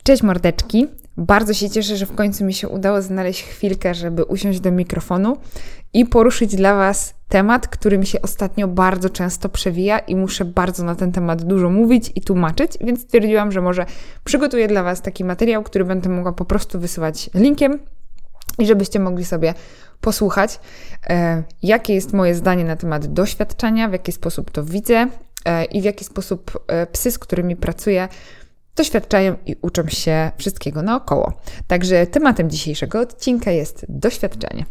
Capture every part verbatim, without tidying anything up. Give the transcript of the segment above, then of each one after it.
Cześć mordeczki, bardzo się cieszę, że w końcu mi się udało znaleźć chwilkę, żeby usiąść do mikrofonu i poruszyć dla Was temat, który mi się ostatnio bardzo często przewija i muszę bardzo na ten temat dużo mówić i tłumaczyć, więc stwierdziłam, że może przygotuję dla Was taki materiał, który będę mogła po prostu wysyłać linkiem i żebyście mogli sobie posłuchać, e, jakie jest moje zdanie na temat doświadczenia, w jaki sposób to widzę e, i w jaki sposób e, psy, z którymi pracuję, doświadczają i uczą się wszystkiego naokoło. Także tematem dzisiejszego odcinka jest doświadczenie.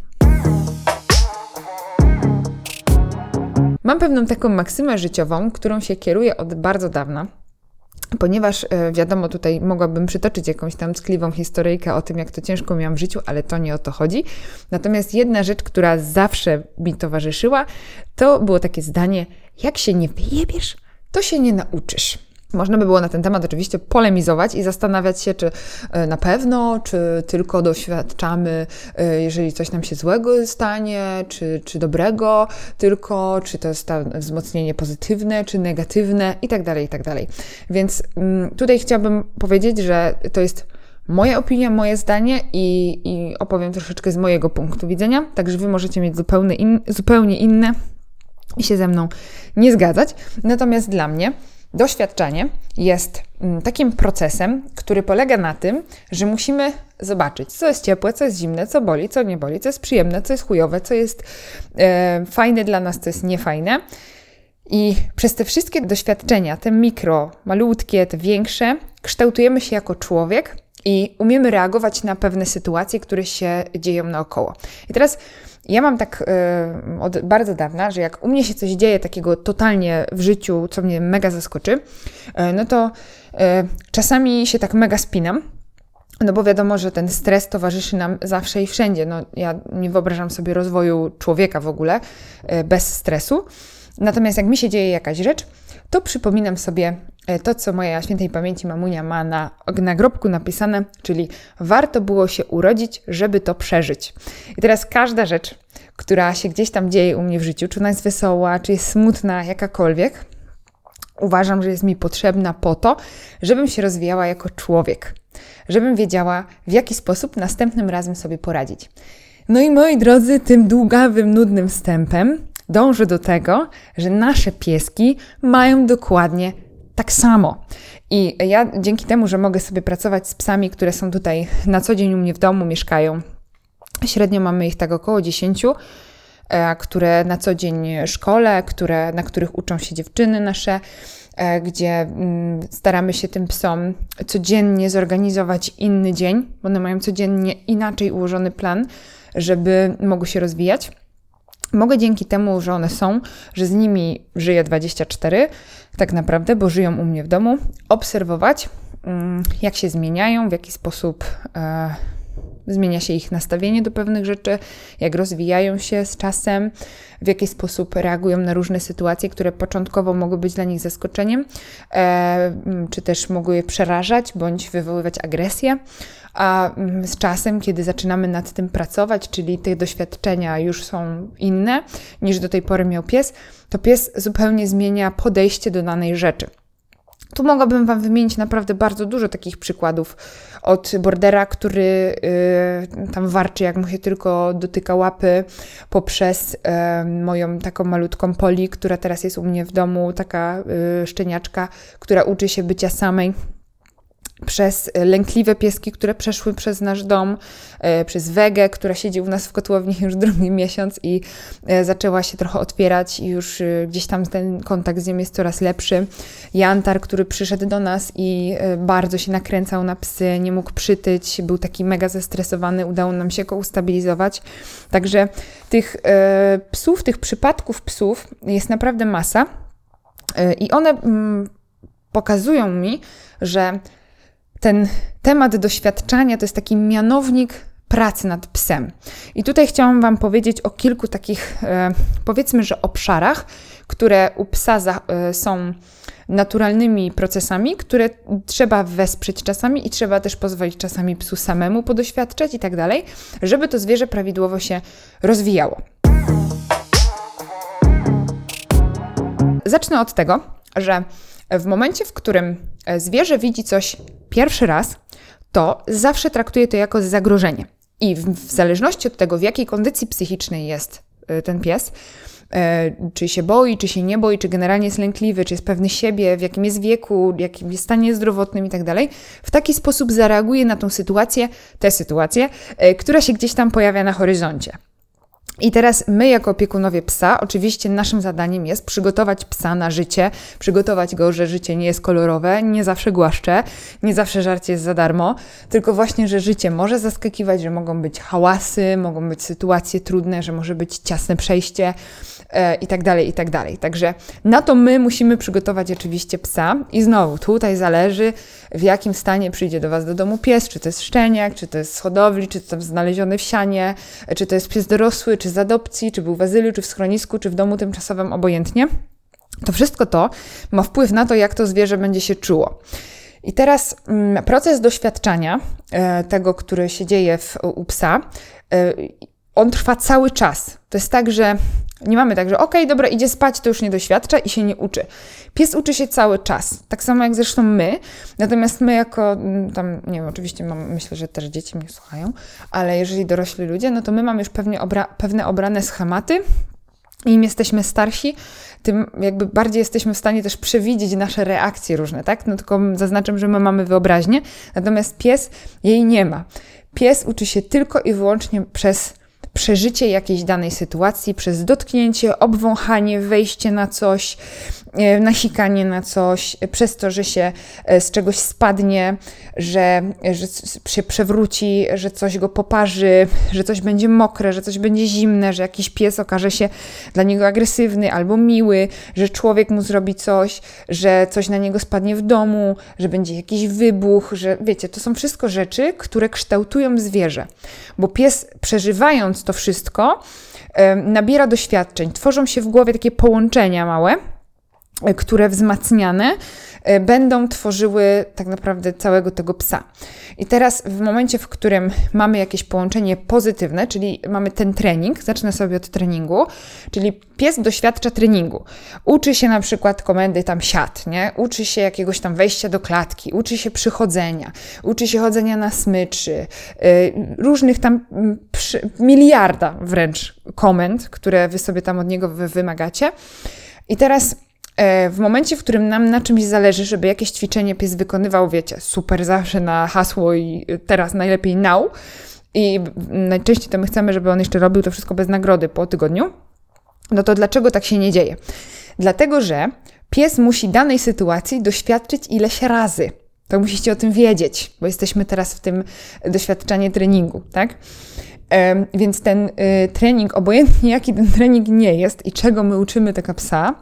Mam pewną taką maksymę życiową, którą się kieruję od bardzo dawna, ponieważ wiadomo, tutaj mogłabym przytoczyć jakąś tam tkliwą historyjkę o tym, jak to ciężko miałam w życiu, ale to nie o to chodzi. Natomiast jedna rzecz, która zawsze mi towarzyszyła, to było takie zdanie: jak się nie wyjebiesz, to się nie nauczysz. Można by było na ten temat oczywiście polemizować i zastanawiać się, czy na pewno, czy tylko doświadczamy, jeżeli coś nam się złego stanie, czy, czy dobrego tylko, czy to jest wzmocnienie pozytywne, czy negatywne i tak dalej, i tak dalej. Więc tutaj chciałabym powiedzieć, że to jest moja opinia, moje zdanie i, i opowiem troszeczkę z mojego punktu widzenia, także Wy możecie mieć zupełnie, in, zupełnie inne i się ze mną nie zgadzać. Natomiast dla mnie doświadczenie jest takim procesem, który polega na tym, że musimy zobaczyć, co jest ciepłe, co jest zimne, co boli, co nie boli, co jest przyjemne, co jest chujowe, co jest e, fajne dla nas, co jest niefajne. I przez te wszystkie doświadczenia, te mikro, malutkie, te większe, kształtujemy się jako człowiek i umiemy reagować na pewne sytuacje, które się dzieją naokoło. I teraz ja mam tak y, od bardzo dawna, że jak u mnie się coś dzieje takiego totalnie w życiu, co mnie mega zaskoczy, y, no to y, czasami się tak mega spinam, no bo wiadomo, że ten stres towarzyszy nam zawsze i wszędzie. No, ja nie wyobrażam sobie rozwoju człowieka w ogóle y, bez stresu. Natomiast jak mi się dzieje jakaś rzecz, to przypominam sobie to, co moja świętej pamięci mamunia ma na nagrobku napisane, czyli warto było się urodzić, żeby to przeżyć. I teraz każda rzecz, która się gdzieś tam dzieje u mnie w życiu, czy ona jest wesoła, czy jest smutna, jakakolwiek, uważam, że jest mi potrzebna po to, żebym się rozwijała jako człowiek, żebym wiedziała, w jaki sposób następnym razem sobie poradzić. No i moi drodzy, tym długawym, nudnym wstępem dążę do tego, że nasze pieski mają dokładnie tak samo. I ja dzięki temu, że mogę sobie pracować z psami, które są tutaj na co dzień u mnie w domu, mieszkają, średnio mamy ich tak około dziesięciu, które na co dzień szkole, które, na których uczą się dziewczyny nasze, gdzie staramy się tym psom codziennie zorganizować inny dzień, bo one mają codziennie inaczej ułożony plan, żeby mogły się rozwijać. Mogę dzięki temu, że one są, że z nimi żyję dwadzieścia cztery, tak naprawdę, bo żyją u mnie w domu, obserwować, jak się zmieniają, w jaki sposób e, zmienia się ich nastawienie do pewnych rzeczy, jak rozwijają się z czasem, w jaki sposób reagują na różne sytuacje, które początkowo mogły być dla nich zaskoczeniem, e, czy też mogły je przerażać, bądź wywoływać agresję. A z czasem, kiedy zaczynamy nad tym pracować, czyli te doświadczenia już są inne niż do tej pory miał pies, to pies zupełnie zmienia podejście do danej rzeczy. Tu mogłabym Wam wymienić naprawdę bardzo dużo takich przykładów. Od bordera, który yy, tam warczy, jak mu się tylko dotyka łapy, poprzez yy, moją taką malutką Poli, która teraz jest u mnie w domu, taka yy, szczeniaczka, która uczy się bycia samej, przez lękliwe pieski, które przeszły przez nasz dom, e, przez Wegę, która siedzi u nas w kotłowni już drugi miesiąc i e, zaczęła się trochę otwierać i już e, gdzieś tam ten kontakt z nią jest coraz lepszy. Jantar, który przyszedł do nas i e, bardzo się nakręcał na psy, nie mógł przytyć, był taki mega zestresowany, udało nam się go ustabilizować. Także tych e, psów, tych przypadków psów jest naprawdę masa e, i one mm, pokazują mi, że ten temat doświadczania to jest taki mianownik pracy nad psem. I tutaj chciałam Wam powiedzieć o kilku takich, e, powiedzmy, że obszarach, które u psa za, e, są naturalnymi procesami, które trzeba wesprzeć czasami i trzeba też pozwolić czasami psu samemu podoświadczać i tak dalej, żeby to zwierzę prawidłowo się rozwijało. Zacznę od tego, że w momencie, w którym zwierzę widzi coś pierwszy raz, to zawsze traktuje to jako zagrożenie. I w, w zależności od tego, w jakiej kondycji psychicznej jest ten pies, czy się boi, czy się nie boi, czy generalnie jest lękliwy, czy jest pewny siebie, w jakim jest wieku, w jakim jest stanie zdrowotnym i tak dalej, w taki sposób zareaguje na tą sytuację, tę sytuację, która się gdzieś tam pojawia na horyzoncie. I teraz my jako opiekunowie psa, oczywiście naszym zadaniem jest przygotować psa na życie, przygotować go, że życie nie jest kolorowe, nie zawsze głaszcze, nie zawsze żarcie jest za darmo, tylko właśnie, że życie może zaskakiwać, że mogą być hałasy, mogą być sytuacje trudne, że może być ciasne przejście e, i tak dalej, i tak dalej. Także na to my musimy przygotować oczywiście psa i znowu tutaj zależy, w jakim stanie przyjdzie do Was do domu pies, czy to jest szczeniak, czy to jest z hodowli, czy to jest znaleziony w sianie, czy to jest pies dorosły, czy z adopcji, czy był w azylu, czy w schronisku, czy w domu tymczasowym, obojętnie. To wszystko to ma wpływ na to, jak to zwierzę będzie się czuło. I teraz mm, proces doświadczania e, tego, który się dzieje w, u psa, e, on trwa cały czas. To jest tak, że nie mamy tak, że okej, okay, dobra, idzie spać, to już nie doświadcza i się nie uczy. Pies uczy się cały czas, tak samo jak zresztą my, natomiast my jako, tam, nie wiem, oczywiście mam, myślę, że też dzieci mnie słuchają, ale jeżeli dorośli ludzie, no to my mamy już pewnie obra- pewne obrane schematy i im jesteśmy starsi, tym jakby bardziej jesteśmy w stanie też przewidzieć nasze reakcje różne, tak? No tylko zaznaczam, że my mamy wyobraźnię, natomiast pies jej nie ma. Pies uczy się tylko i wyłącznie przez przeżycie jakiejś danej sytuacji, przez dotknięcie, obwąchanie, wejście na coś, nasikanie na coś, przez to, że się z czegoś spadnie, że, że się przewróci, że coś go poparzy, że coś będzie mokre, że coś będzie zimne, że jakiś pies okaże się dla niego agresywny albo miły, że człowiek mu zrobi coś, że coś na niego spadnie w domu, że będzie jakiś wybuch, że wiecie, to są wszystko rzeczy, które kształtują zwierzę, bo pies przeżywając to wszystko nabiera doświadczeń, tworzą się w głowie takie połączenia małe, które wzmacniane będą tworzyły tak naprawdę całego tego psa. I teraz w momencie, w którym mamy jakieś połączenie pozytywne, czyli mamy ten trening, zacznę sobie od treningu, czyli pies doświadcza treningu. Uczy się na przykład komendy tam siad, nie? Uczy się jakiegoś tam wejścia do klatki, uczy się przychodzenia, uczy się chodzenia na smyczy, yy, różnych tam przy, miliarda wręcz komend, które wy sobie tam od niego wy wymagacie. I teraz w momencie, w którym nam na czymś zależy, żeby jakieś ćwiczenie pies wykonywał, wiecie, super zawsze na hasło i teraz najlepiej now i najczęściej to my chcemy, żeby on jeszcze robił to wszystko bez nagrody po tygodniu, no to dlaczego tak się nie dzieje? Dlatego, że pies musi danej sytuacji doświadczyć ileś razy. To musicie o tym wiedzieć, bo jesteśmy teraz w tym doświadczaniu treningu, tak? Ym, więc ten y, trening, obojętnie jaki ten trening nie jest i czego my uczymy tego psa,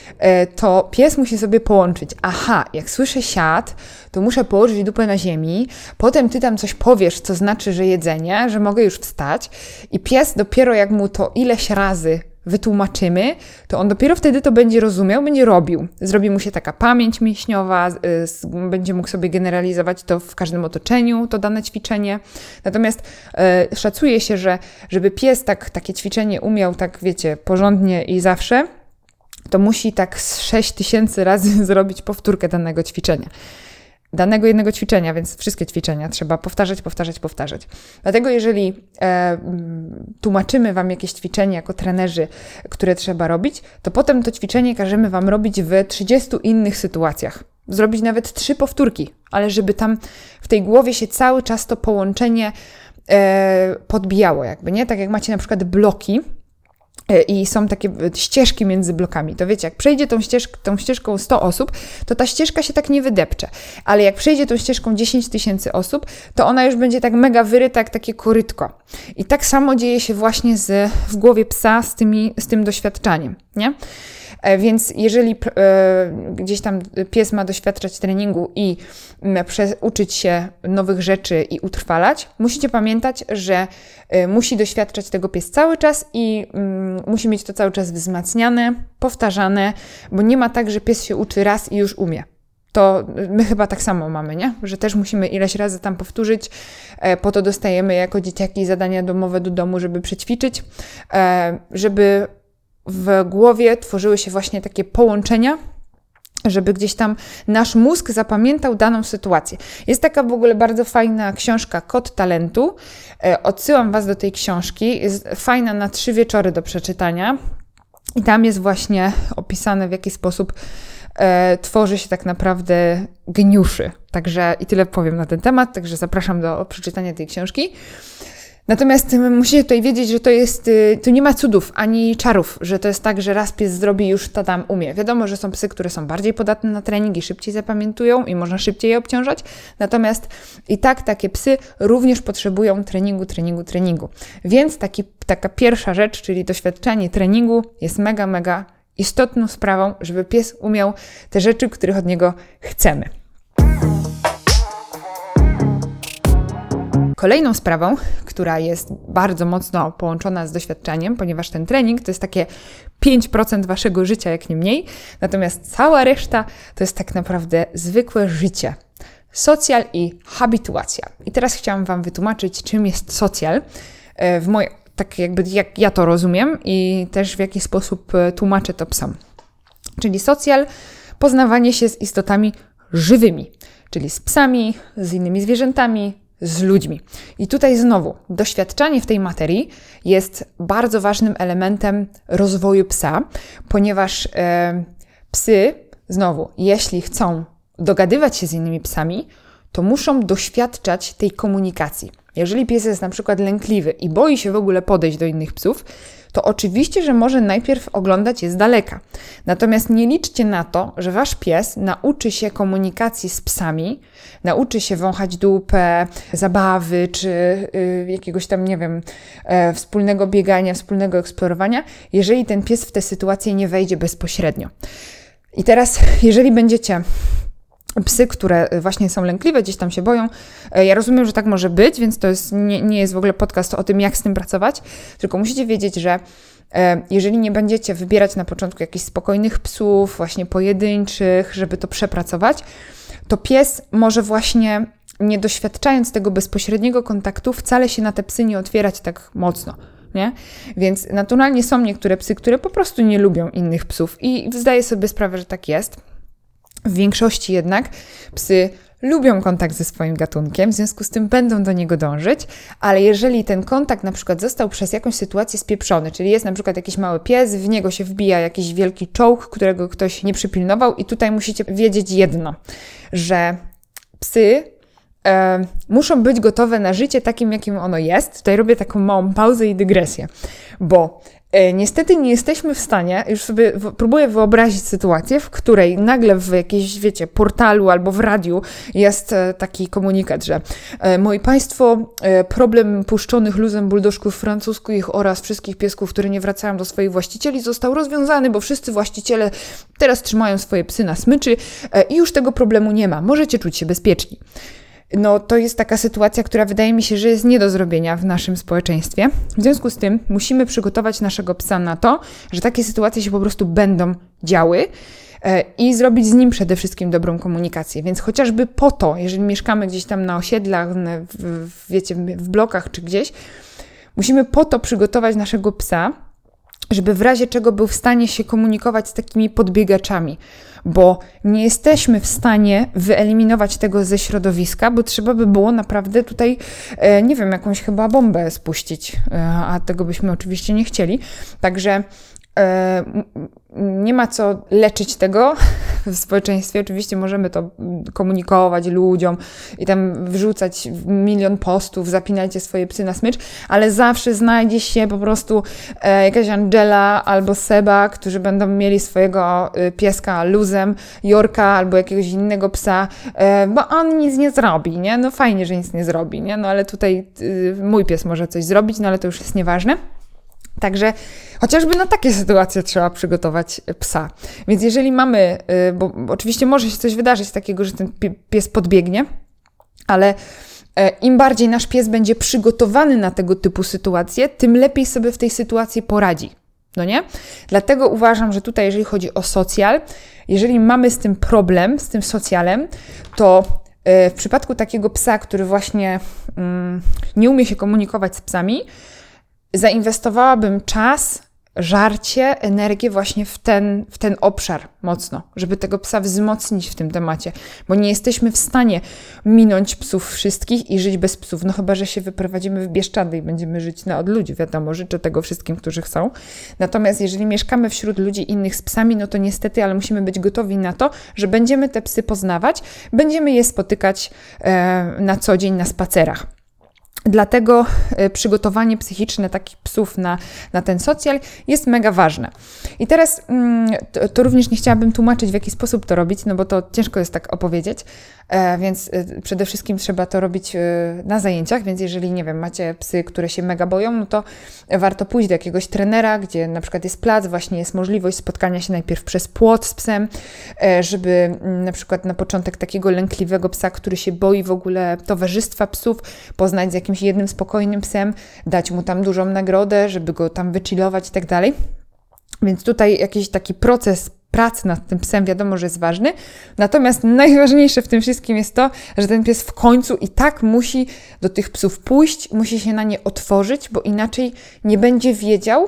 to pies musi sobie połączyć. Aha, jak słyszę siad, to muszę położyć dupę na ziemi, potem ty tam coś powiesz, co znaczy, że jedzenie, że mogę już wstać i pies dopiero jak mu to ileś razy wytłumaczymy, to on dopiero wtedy to będzie rozumiał, będzie robił. Zrobi mu się taka pamięć mięśniowa, y, będzie mógł sobie generalizować to w każdym otoczeniu, to dane ćwiczenie. Natomiast y, szacuje się, że żeby pies tak, takie ćwiczenie umiał tak, wiecie, porządnie i zawsze, to musi tak z sześć tysięcy razy zrobić powtórkę danego ćwiczenia. Danego jednego ćwiczenia, więc wszystkie ćwiczenia trzeba powtarzać, powtarzać, powtarzać. Dlatego jeżeli e, tłumaczymy Wam jakieś ćwiczenie jako trenerzy, które trzeba robić, to potem to ćwiczenie każemy Wam robić w trzydziestu innych sytuacjach. Zrobić nawet trzy powtórki, ale żeby tam w tej głowie się cały czas to połączenie e, podbijało jakby, nie? Tak jak macie na przykład bloki, i są takie ścieżki między blokami, to wiecie, jak przejdzie tą, ścieżk, tą ścieżką sto osób, to ta ścieżka się tak nie wydepcze, ale jak przejdzie tą ścieżką dziesięć tysięcy osób, to ona już będzie tak mega wyryta, jak takie korytko. I tak samo dzieje się właśnie z, w głowie psa z, tymi, z tym doświadczaniem, nie? Więc jeżeli e, gdzieś tam pies ma doświadczać treningu i m, prze, uczyć się nowych rzeczy i utrwalać, musicie pamiętać, że e, musi doświadczać tego pies cały czas i m, musi mieć to cały czas wzmacniane, powtarzane, bo nie ma tak, że pies się uczy raz i już umie. To my chyba tak samo mamy, nie? Że też musimy ileś razy tam powtórzyć, e, po to dostajemy jako dzieciaki zadania domowe do domu, żeby przećwiczyć, e, żeby w głowie tworzyły się właśnie takie połączenia żeby gdzieś tam nasz mózg zapamiętał daną sytuację. Jest taka w ogóle bardzo fajna książka Kod talentu. Odsyłam Was do tej książki. Jest fajna na trzy wieczory do przeczytania. I tam jest właśnie opisane, w jaki sposób e, tworzy się tak naprawdę geniuszy. Także i tyle powiem na ten temat, także zapraszam do przeczytania tej książki. Natomiast musicie tutaj wiedzieć, że to jest, tu nie ma cudów ani czarów, że to jest tak, że raz pies zrobi, już to tam umie. Wiadomo, że są psy, które są bardziej podatne na trening i szybciej zapamiętują i można szybciej je obciążać. Natomiast i tak takie psy również potrzebują treningu, treningu, treningu. Więc taki, taka pierwsza rzecz, czyli doświadczanie treningu jest mega, mega istotną sprawą, żeby pies umiał te rzeczy, których od niego chcemy. Kolejną sprawą, która jest bardzo mocno połączona z doświadczeniem, ponieważ ten trening to jest takie pięć procent waszego życia, jak nie mniej, natomiast cała reszta to jest tak naprawdę zwykłe życie. Socjal i habituacja. I teraz chciałam Wam wytłumaczyć, czym jest socjal, w moj, tak jakby jak ja to rozumiem i też w jaki sposób tłumaczę to psom. Czyli socjal, poznawanie się z istotami żywymi, czyli z psami, z innymi zwierzętami, z ludźmi. I tutaj znowu doświadczanie w tej materii jest bardzo ważnym elementem rozwoju psa, ponieważ e, psy, znowu, jeśli chcą dogadywać się z innymi psami, to muszą doświadczać tej komunikacji. Jeżeli pies jest na przykład lękliwy i boi się w ogóle podejść do innych psów, to oczywiście, że może najpierw oglądać je z daleka. Natomiast nie liczcie na to, że wasz pies nauczy się komunikacji z psami, nauczy się wąchać dupę, zabawy, czy y, jakiegoś tam, nie wiem, e, wspólnego biegania, wspólnego eksplorowania, jeżeli ten pies w tę sytuację nie wejdzie bezpośrednio. I teraz, jeżeli będziecie psy, które właśnie są lękliwe, gdzieś tam się boją. Ja rozumiem, że tak może być, więc to jest, nie, nie jest w ogóle podcast o tym, jak z tym pracować, tylko musicie wiedzieć, że e, jeżeli nie będziecie wybierać na początku jakichś spokojnych psów, właśnie pojedynczych, żeby to przepracować, to pies może właśnie, nie doświadczając tego bezpośredniego kontaktu, wcale się na te psy nie otwierać tak mocno. Nie? Więc naturalnie są niektóre psy, które po prostu nie lubią innych psów i zdaję sobie sprawę, że tak jest. W większości jednak psy lubią kontakt ze swoim gatunkiem, w związku z tym będą do niego dążyć, ale jeżeli ten kontakt na przykład został przez jakąś sytuację spieprzony, czyli jest na przykład jakiś mały pies, w niego się wbija jakiś wielki czołg, którego ktoś nie przypilnował i tutaj musicie wiedzieć jedno, że psy e, muszą być gotowe na życie takim, jakim ono jest. Tutaj robię taką małą pauzę i dygresję, bo niestety nie jesteśmy w stanie, już sobie w, próbuję wyobrazić sytuację, w której nagle w jakimś, wiecie, portalu albo w radiu jest e, taki komunikat, że e, moi Państwo, e, problem puszczonych luzem buldożków francuskich oraz wszystkich piesków, które nie wracają do swoich właścicieli, został rozwiązany, bo wszyscy właściciele teraz trzymają swoje psy na smyczy e, i już tego problemu nie ma. Możecie czuć się bezpieczni. No to jest taka sytuacja, która wydaje mi się, że jest nie do zrobienia w naszym społeczeństwie. W związku z tym musimy przygotować naszego psa na to, że takie sytuacje się po prostu będą działy e, i zrobić z nim przede wszystkim dobrą komunikację. Więc chociażby po to, jeżeli mieszkamy gdzieś tam na osiedlach, w, w, wiecie, w blokach czy gdzieś, musimy po to przygotować naszego psa, żeby w razie czego był w stanie się komunikować z takimi podbiegaczami, bo nie jesteśmy w stanie wyeliminować tego ze środowiska, bo trzeba by było naprawdę tutaj, e, nie wiem, jakąś chyba bombę spuścić, e, a tego byśmy oczywiście nie chcieli. Także e, nie ma co leczyć tego w społeczeństwie. Oczywiście możemy to komunikować ludziom i tam wrzucać milion postów, zapinajcie swoje psy na smycz, ale zawsze znajdzie się po prostu e, jakaś Angela albo Seba, którzy będą mieli swojego e, pieska luzem, Yorka albo jakiegoś innego psa, e, bo on nic nie zrobi, nie? No fajnie, że nic nie zrobi, nie? No ale tutaj e, mój pies może coś zrobić, no ale to już jest nieważne. Także chociażby na takie sytuacje trzeba przygotować psa. Więc jeżeli mamy, bo oczywiście może się coś wydarzyć takiego, że ten pies podbiegnie, ale im bardziej nasz pies będzie przygotowany na tego typu sytuacje, tym lepiej sobie w tej sytuacji poradzi. No nie? Dlatego uważam, że tutaj jeżeli chodzi o socjal, jeżeli mamy z tym problem, z tym socjalem, to w przypadku takiego psa, który właśnie mm, nie umie się komunikować z psami, zainwestowałabym czas żarcie, energię właśnie w ten, w ten obszar mocno, żeby tego psa wzmocnić w tym temacie, bo nie jesteśmy w stanie minąć psów wszystkich i żyć bez psów, no chyba, że się wyprowadzimy w Bieszczady i będziemy żyć na odludziu, wiadomo, życzę tego wszystkim, którzy chcą. Natomiast jeżeli mieszkamy wśród ludzi innych z psami, no to niestety, ale musimy być gotowi na to, że będziemy te psy poznawać, będziemy je spotykać e, na co dzień na spacerach. Dlatego przygotowanie psychiczne takich psów na, na ten socjal jest mega ważne. I teraz to, to również nie chciałabym tłumaczyć, w jaki sposób to robić, no bo to ciężko jest tak opowiedzieć, więc przede wszystkim trzeba to robić na zajęciach, więc jeżeli, nie wiem, macie psy, które się mega boją, no to warto pójść do jakiegoś trenera, gdzie na przykład jest plac, właśnie jest możliwość spotkania się najpierw przez płot z psem, żeby na przykład na początek takiego lękliwego psa, który się boi w ogóle towarzystwa psów, poznać z jakimś jednym spokojnym psem, dać mu tam dużą nagrodę, żeby go tam wychillować i tak dalej. Więc tutaj jakiś taki proces pracy nad tym psem wiadomo, że jest ważny. Natomiast najważniejsze w tym wszystkim jest to, że ten pies w końcu i tak musi do tych psów pójść, musi się na nie otworzyć, bo inaczej nie będzie wiedział,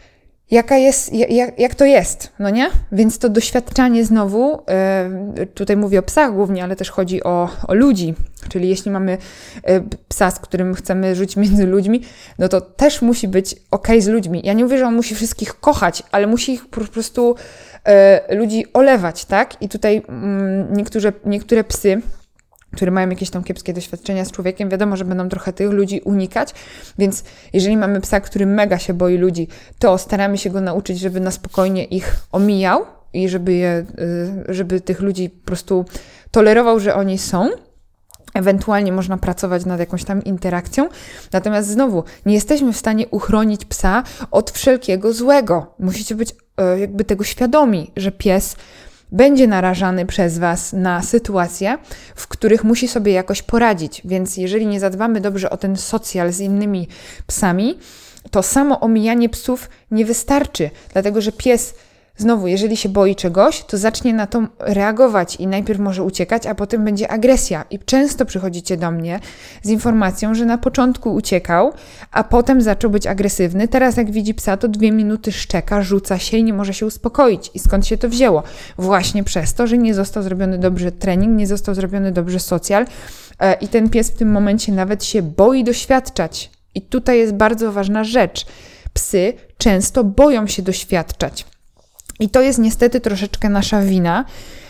jaka jest, jak, jak to jest, no nie? Więc to doświadczanie znowu, yy, tutaj mówię o psach głównie, ale też chodzi o, o ludzi, czyli jeśli mamy yy, psa, z którym chcemy żyć między ludźmi, no to też musi być okej z ludźmi. Ja nie mówię, że on musi wszystkich kochać, ale musi ich po prostu yy, ludzi olewać, tak? I tutaj yy, niektóre, niektóre psy, które mają jakieś tam kiepskie doświadczenia z człowiekiem, wiadomo, że będą trochę tych ludzi unikać, więc jeżeli mamy psa, który mega się boi ludzi, to staramy się go nauczyć, żeby na spokojnie ich omijał i żeby, je, żeby tych ludzi po prostu tolerował, że oni są. Ewentualnie można pracować nad jakąś tam interakcją. Natomiast znowu, nie jesteśmy w stanie uchronić psa od wszelkiego złego. Musicie być jakby tego świadomi, że pies będzie narażany przez Was na sytuacje, w których musi sobie jakoś poradzić. Więc jeżeli nie zadbamy dobrze o ten socjal z innymi psami, to samo omijanie psów nie wystarczy, dlatego że pies, znowu, jeżeli się boi czegoś, to zacznie na to reagować i najpierw może uciekać, a potem będzie agresja. I często przychodzicie do mnie z informacją, że na początku uciekał, a potem zaczął być agresywny. Teraz jak widzi psa, to dwie minuty szczeka, rzuca się i nie może się uspokoić. I skąd się to wzięło? Właśnie przez to, że nie został zrobiony dobrze trening, nie został zrobiony dobrze socjal i ten pies w tym momencie nawet się boi doświadczać. I tutaj jest bardzo ważna rzecz. Psy często boją się doświadczać. I to jest niestety troszeczkę nasza wina,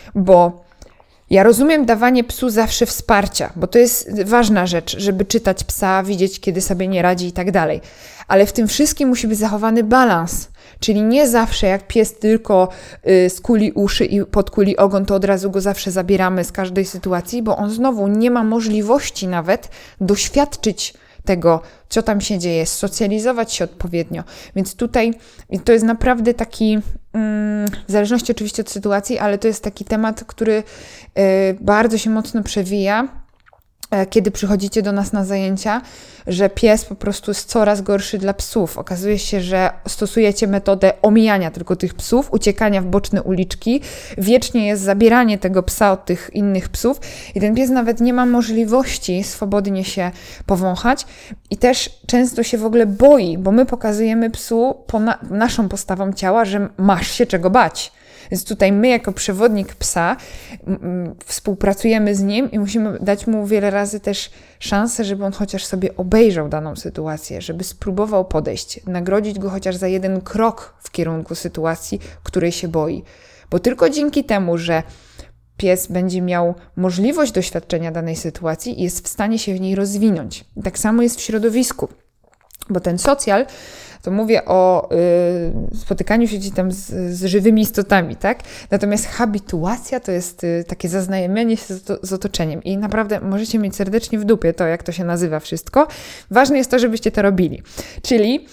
bo ja rozumiem dawanie psu zawsze wsparcia, bo to jest ważna rzecz, żeby czytać psa, widzieć, kiedy sobie nie radzi i tak dalej. Ale w tym wszystkim musi być zachowany balans. Czyli nie zawsze jak pies tylko y, skuli uszy i podkuli ogon, to od razu go zawsze zabieramy z każdej sytuacji, bo on znowu nie ma możliwości nawet doświadczyć tego, co tam się dzieje, socjalizować się odpowiednio. Więc tutaj to jest naprawdę taki, mm, w zależności oczywiście od sytuacji, ale to jest taki temat, który y, bardzo się mocno przewija, kiedy przychodzicie do nas na zajęcia, że pies po prostu jest coraz gorszy dla psów. Okazuje się, że stosujecie metodę omijania tylko tych psów, uciekania w boczne uliczki. Wiecznie jest zabieranie tego psa od tych innych psów i ten pies nawet nie ma możliwości swobodnie się powąchać i też często się w ogóle boi, bo my pokazujemy psu po na- naszą postawą ciała, że masz się czego bać. Więc tutaj my jako przewodnik psa m, m, współpracujemy z nim i musimy dać mu wiele razy też szansę, żeby on chociaż sobie obejrzał daną sytuację, żeby spróbował podejść, nagrodzić go chociaż za jeden krok w kierunku sytuacji, której się boi. Bo tylko dzięki temu, że pies będzie miał możliwość doświadczenia danej sytuacji i jest w stanie się w niej rozwinąć. I tak samo jest w środowisku, bo ten socjal, to mówię o y, spotykaniu się gdzieś tam z, z żywymi istotami, tak? Natomiast habituacja to jest y, takie zaznajomienie się z, z otoczeniem i naprawdę możecie mieć serdecznie w dupie to, jak to się nazywa wszystko. Ważne jest to, żebyście to robili. Czyli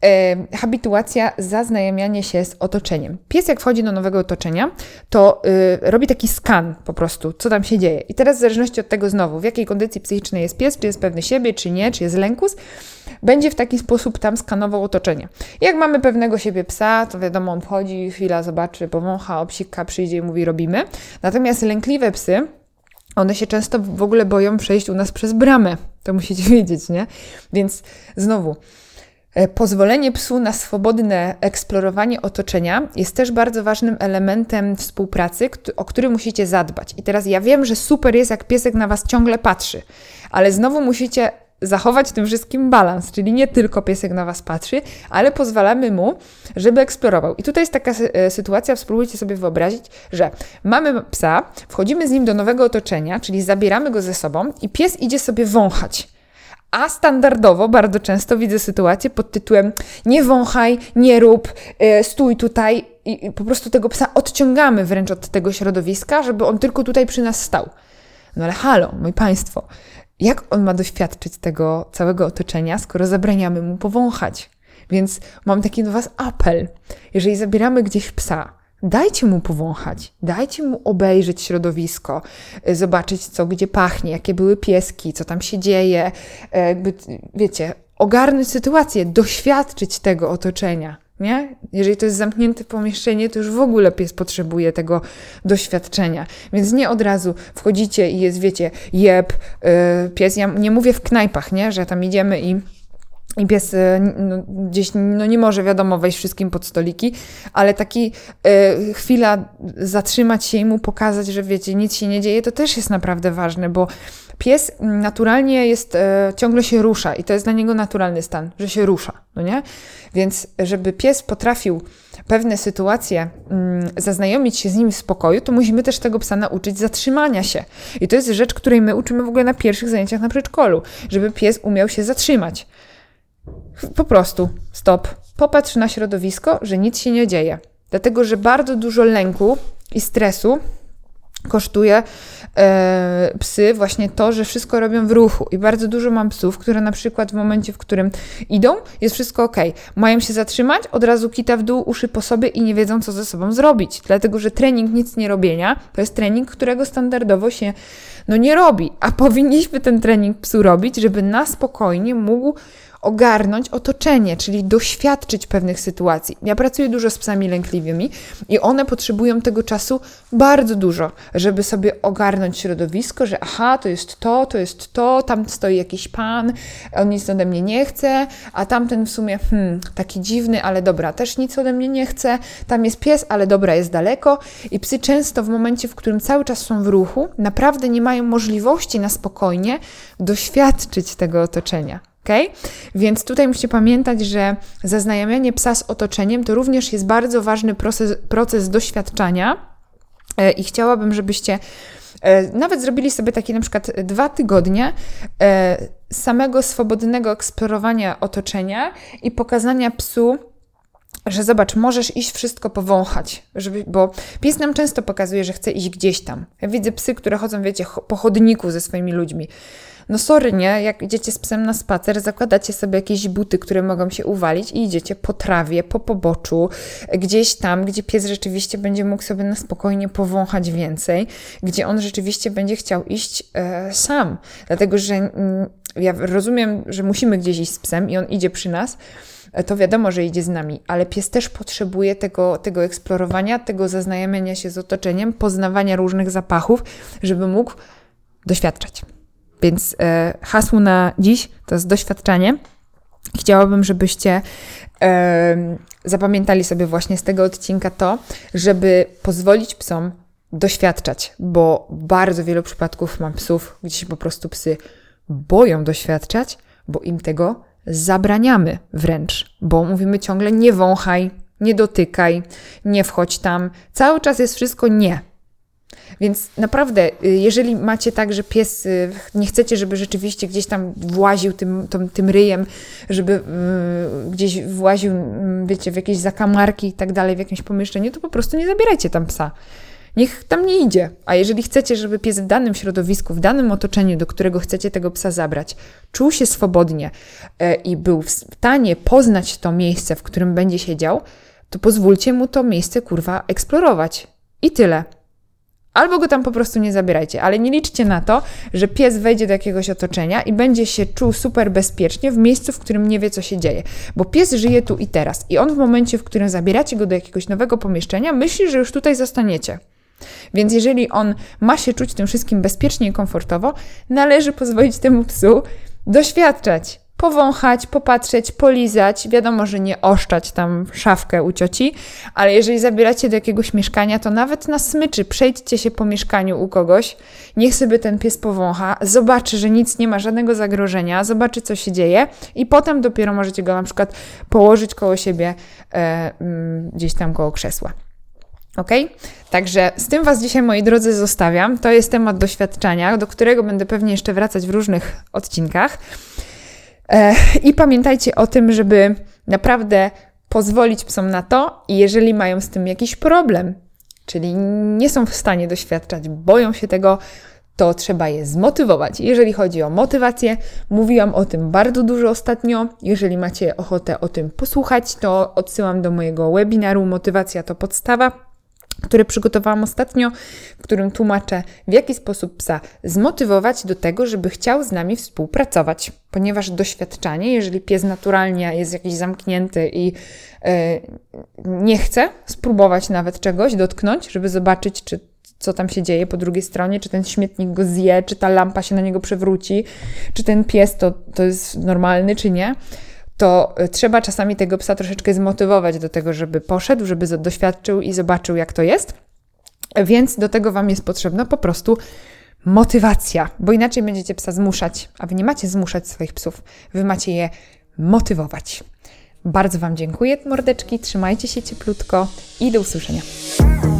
y, habituacja, zaznajamianie się z otoczeniem. Pies jak wchodzi do nowego otoczenia, to y, robi taki skan po prostu, co tam się dzieje. I teraz w zależności od tego znowu, w jakiej kondycji psychicznej jest pies, czy jest pewny siebie, czy nie, czy jest lękus, będzie w taki sposób tam skanował otoczenie. Jak mamy pewnego siebie psa, to wiadomo, on wchodzi, chwila zobaczy, powącha, obsika, przyjdzie i mówi robimy. Natomiast lękliwe psy, one się często w ogóle boją przejść u nas przez bramę. To musicie wiedzieć, nie? Więc znowu, Pozwolenie psu na swobodne eksplorowanie otoczenia jest też bardzo ważnym elementem współpracy, o który musicie zadbać. I teraz ja wiem, że super jest, jak piesek na was ciągle patrzy, ale znowu musicie zachować w tym wszystkim balans, czyli nie tylko piesek na was patrzy, ale pozwalamy mu, żeby eksplorował. I tutaj jest taka sytuacja, spróbujcie sobie wyobrazić, że mamy psa, wchodzimy z nim do nowego otoczenia, czyli zabieramy go ze sobą i pies idzie sobie wąchać. A standardowo bardzo często widzę sytuację pod tytułem nie wąchaj, nie rób, yy, stój tutaj i, i po prostu tego psa odciągamy wręcz od tego środowiska, żeby on tylko tutaj przy nas stał. No ale halo, moi państwo, jak on ma doświadczyć tego całego otoczenia, skoro zabraniamy mu powąchać? Więc mam taki do was apel. Jeżeli zabieramy gdzieś psa, dajcie mu powąchać, dajcie mu obejrzeć środowisko, zobaczyć co, gdzie pachnie, jakie były pieski, co tam się dzieje, jakby, wiecie, ogarnąć sytuację, doświadczyć tego otoczenia, nie? Jeżeli to jest zamknięte pomieszczenie, to już w ogóle pies potrzebuje tego doświadczenia, więc nie od razu wchodzicie i jest, wiecie, jeb, yy, pies, ja nie mówię w knajpach, nie? Że tam idziemy i I pies no, gdzieś no, nie może, wiadomo, wejść wszystkim pod stoliki, ale taki y, chwila zatrzymać się i mu pokazać, że wiecie, nic się nie dzieje, to też jest naprawdę ważne, bo pies naturalnie jest, y, ciągle się rusza i to jest dla niego naturalny stan, że się rusza, no nie? Więc żeby pies potrafił pewne sytuacje y, zaznajomić się z nim w spokoju, to musimy też tego psa nauczyć zatrzymania się. I to jest rzecz, której my uczymy w ogóle na pierwszych zajęciach na przedszkolu, żeby pies umiał się zatrzymać. Po prostu stop. Popatrz na środowisko, że nic się nie dzieje. Dlatego, że bardzo dużo lęku i stresu kosztuje e, psy właśnie to, że wszystko robią w ruchu. I bardzo dużo mam psów, które na przykład w momencie, w którym idą, jest wszystko okej. Mają się zatrzymać, od razu kita w dół, uszy po sobie i nie wiedzą, co ze sobą zrobić. Dlatego, że trening nic nie robienia to jest trening, którego standardowo się no, nie robi. A powinniśmy ten trening psu robić, żeby na spokojnie mógł ogarnąć otoczenie, czyli doświadczyć pewnych sytuacji. Ja pracuję dużo z psami lękliwymi i one potrzebują tego czasu bardzo dużo, żeby sobie ogarnąć środowisko, że aha, to jest to, to jest to, tam stoi jakiś pan, on nic ode mnie nie chce, a tamten w sumie hmm, taki dziwny, ale dobra, też nic ode mnie nie chce, tam jest pies, ale dobra, jest daleko i psy często w momencie, w którym cały czas są w ruchu, naprawdę nie mają możliwości na spokojnie doświadczyć tego otoczenia. Okay? Więc tutaj musicie pamiętać, że zaznajamianie psa z otoczeniem to również jest bardzo ważny proces, proces doświadczania e, i chciałabym, żebyście e, nawet zrobili sobie takie na przykład dwa tygodnie e, samego swobodnego eksplorowania otoczenia i pokazania psu, że zobacz, możesz iść wszystko powąchać, żeby, bo pies nam często pokazuje, że chce iść gdzieś tam. Ja widzę psy, które chodzą, wiecie, po chodniku ze swoimi ludźmi. No sorry, nie? Jak idziecie z psem na spacer, zakładacie sobie jakieś buty, które mogą się uwalić i idziecie po trawie, po poboczu, gdzieś tam, gdzie pies rzeczywiście będzie mógł sobie na spokojnie powąchać więcej, gdzie on rzeczywiście będzie chciał iść e, sam. Dlatego, że mm, ja rozumiem, że musimy gdzieś iść z psem i on idzie przy nas, to wiadomo, że idzie z nami, ale pies też potrzebuje tego, tego eksplorowania, tego zaznajamiania się z otoczeniem, poznawania różnych zapachów, żeby mógł doświadczać. Więc e, hasło na dziś to jest doświadczanie. Chciałabym, żebyście e, zapamiętali sobie właśnie z tego odcinka to, żeby pozwolić psom doświadczać, bo bardzo wielu przypadków mam psów, gdzie się po prostu psy boją doświadczać, bo im tego zabraniamy wręcz, bo mówimy ciągle nie wąchaj, nie dotykaj, nie wchodź tam. Cały czas jest wszystko nie. Więc naprawdę, jeżeli macie tak, że pies, nie chcecie, żeby rzeczywiście gdzieś tam właził tym, tym, tym ryjem, żeby yy, gdzieś właził, yy, wiecie, w jakieś zakamarki i tak dalej, w jakimś pomieszczeniu, to po prostu nie zabierajcie tam psa. Niech tam nie idzie. A jeżeli chcecie, żeby pies w danym środowisku, w danym otoczeniu, do którego chcecie tego psa zabrać, czuł się swobodnie yy, i był w stanie poznać to miejsce, w którym będzie siedział, to pozwólcie mu to miejsce, kurwa, eksplorować. I tyle. Albo go tam po prostu nie zabierajcie, ale nie liczcie na to, że pies wejdzie do jakiegoś otoczenia i będzie się czuł super bezpiecznie w miejscu, w którym nie wie, co się dzieje. Bo pies żyje tu i teraz i on w momencie, w którym zabieracie go do jakiegoś nowego pomieszczenia, myśli, że już tutaj zostaniecie. Więc jeżeli on ma się czuć tym wszystkim bezpiecznie i komfortowo, należy pozwolić temu psu doświadczać. powąchać, popatrzeć, polizać. Wiadomo, że nie oszczać tam szafkę u cioci, ale jeżeli zabieracie do jakiegoś mieszkania, to nawet na smyczy przejdźcie się po mieszkaniu u kogoś, niech sobie ten pies powącha, zobaczy, że nic nie ma, żadnego zagrożenia, zobaczy, co się dzieje i potem dopiero możecie go na przykład położyć koło siebie e, gdzieś tam koło krzesła. Ok? Także z tym Was dzisiaj, moi drodzy, zostawiam. To jest temat doświadczenia, do którego będę pewnie jeszcze wracać w różnych odcinkach. E, I pamiętajcie o tym, żeby naprawdę pozwolić psom na to i jeżeli mają z tym jakiś problem, czyli nie są w stanie doświadczać, boją się tego, to trzeba je zmotywować. Jeżeli chodzi o motywację, mówiłam o tym bardzo dużo ostatnio. Jeżeli macie ochotę o tym posłuchać, to odsyłam do mojego webinaru Motywacja to podstawa, które przygotowałam ostatnio, w którym tłumaczę, w jaki sposób psa zmotywować do tego, żeby chciał z nami współpracować. Ponieważ doświadczanie, jeżeli pies naturalnie jest jakiś zamknięty i yy, nie chce spróbować nawet czegoś, dotknąć, żeby zobaczyć, czy co tam się dzieje po drugiej stronie, czy ten śmietnik go zje, czy ta lampa się na niego przewróci, czy ten pies to, to jest normalny, czy nie, to trzeba czasami tego psa troszeczkę zmotywować do tego, żeby poszedł, żeby doświadczył i zobaczył, jak to jest. Więc do tego Wam jest potrzebna po prostu motywacja, bo inaczej będziecie psa zmuszać, a Wy nie macie zmuszać swoich psów, Wy macie je motywować. Bardzo Wam dziękuję, mordeczki, trzymajcie się cieplutko i do usłyszenia.